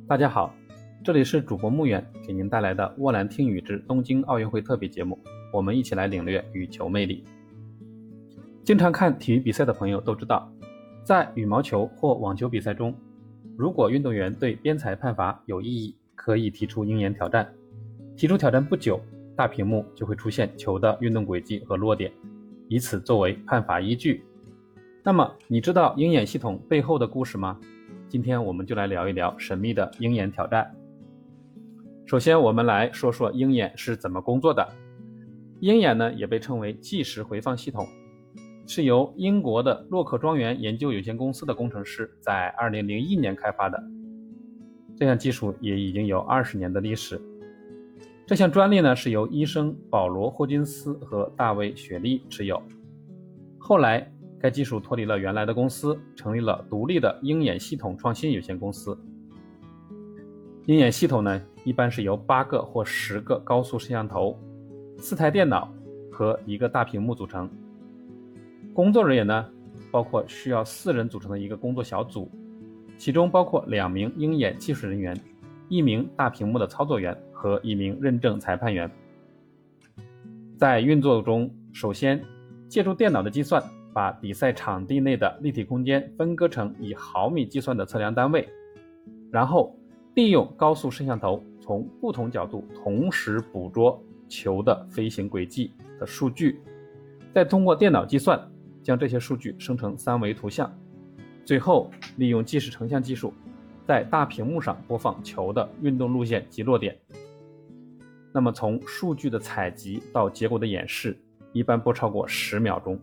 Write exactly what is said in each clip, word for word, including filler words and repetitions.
大家好，这里是主播穆远给您带来的沃兰听语之东京奥运会特别节目，我们一起来领略羽球魅力。经常看体育比赛的朋友都知道，在羽毛球或网球比赛中，如果运动员对边裁判罚有异议，可以提出鹰眼挑战。提出挑战不久，大屏幕就会出现球的运动轨迹和落点，以此作为判罚依据。那么你知道鹰眼系统背后的故事吗？今天我们就来聊一聊神秘的鹰眼挑战。首先我们来说说鹰眼是怎么工作的。鹰眼呢也被称为计时回放系统，是由英国的洛克庄园研究有限公司的工程师在二零零一年开发的。这项技术也已经有二十年的历史。这项专利呢是由医生保罗霍金斯和大卫雪莉持有。后来该技术脱离了原来的公司，成立了独立的鹰眼系统创新有限公司。鹰眼系统呢，一般是由八个或十个高速摄像头、四台电脑和一个大屏幕组成。工作人员呢，包括需要四人组成的一个工作小组，其中包括两名鹰眼技术人员、一名大屏幕的操作员和一名认证裁判员。在运作中，首先借助电脑的计算，把比赛场地内的立体空间分割成以毫米计算的测量单位，然后利用高速摄像头从不同角度同时捕捉球的飞行轨迹的数据，再通过电脑计算将这些数据生成三维图像，最后利用即时成像技术在大屏幕上播放球的运动路线及落点。那么从数据的采集到结果的演示，一般不超过十秒钟。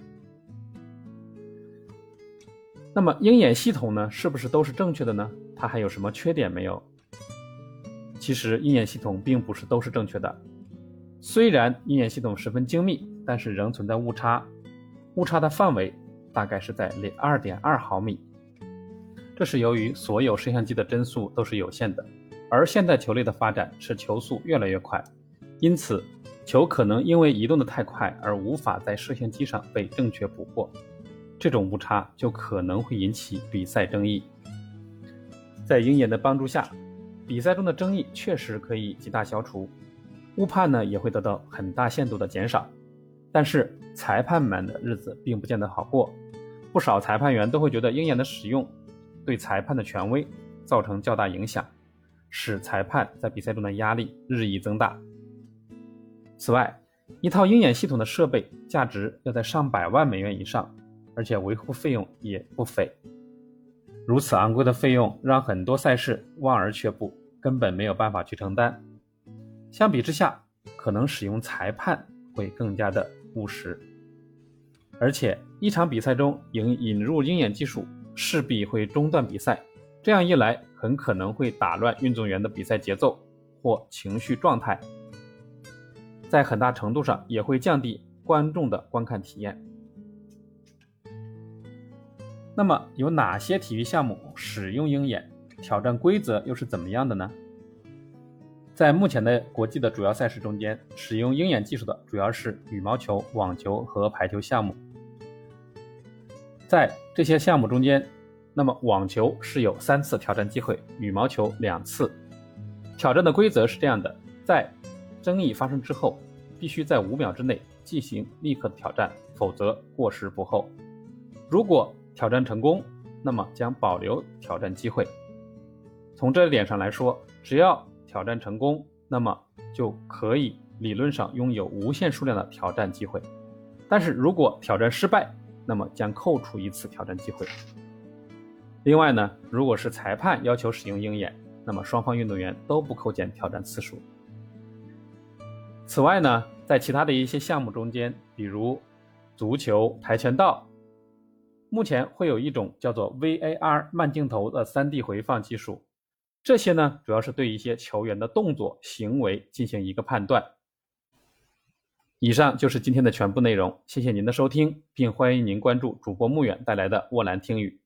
那么鹰眼系统呢，是不是都是正确的呢？它还有什么缺点没有？其实鹰眼系统并不是都是正确的。虽然鹰眼系统十分精密，但是仍存在误差，误差的范围大概是在 二点二毫米。这是由于所有摄像机的帧数都是有限的，而现代球类的发展使球速越来越快，因此球可能因为移动的太快而无法在摄像机上被正确捕获，这种误差就可能会引起比赛争议。在鹰眼的帮助下，比赛中的争议确实可以极大消除，误判呢也会得到很大限度的减少。但是裁判们的日子并不见得好过，不少裁判员都会觉得鹰眼的使用对裁判的权威造成较大影响，使裁判在比赛中的压力日益增大。此外，一套鹰眼系统的设备价值要在上百万美元以上，而且维护费用也不菲。如此昂贵的费用让很多赛事望而却步，根本没有办法去承担。相比之下，可能使用裁判会更加的务实。而且一场比赛中引引入鹰眼技术势必会中断比赛，这样一来很可能会打乱运动员的比赛节奏或情绪状态，在很大程度上也会降低观众的观看体验。那么有哪些体育项目使用鹰眼？挑战规则又是怎么样的呢？在目前的国际的主要赛事中间，使用鹰眼技术的主要是羽毛球、网球和排球项目。在这些项目中间，那么网球是有三次挑战机会，羽毛球两次。挑战的规则是这样的，在争议发生之后，必须在五秒之内进行立刻的挑战，否则过时不候。如果挑战成功，那么将保留挑战机会。从这一点上来说，只要挑战成功，那么就可以理论上拥有无限数量的挑战机会。但是如果挑战失败，那么将扣除一次挑战机会。另外呢，如果是裁判要求使用鹰眼，那么双方运动员都不扣减挑战次数。此外呢，在其他的一些项目中间，比如足球、跆拳道，目前会有一种叫做 V A R 慢镜头的 三 D 回放技术，这些呢主要是对一些球员的动作行为进行一个判断。以上就是今天的全部内容，谢谢您的收听，并欢迎您关注主播穆远带来的沃兰听语。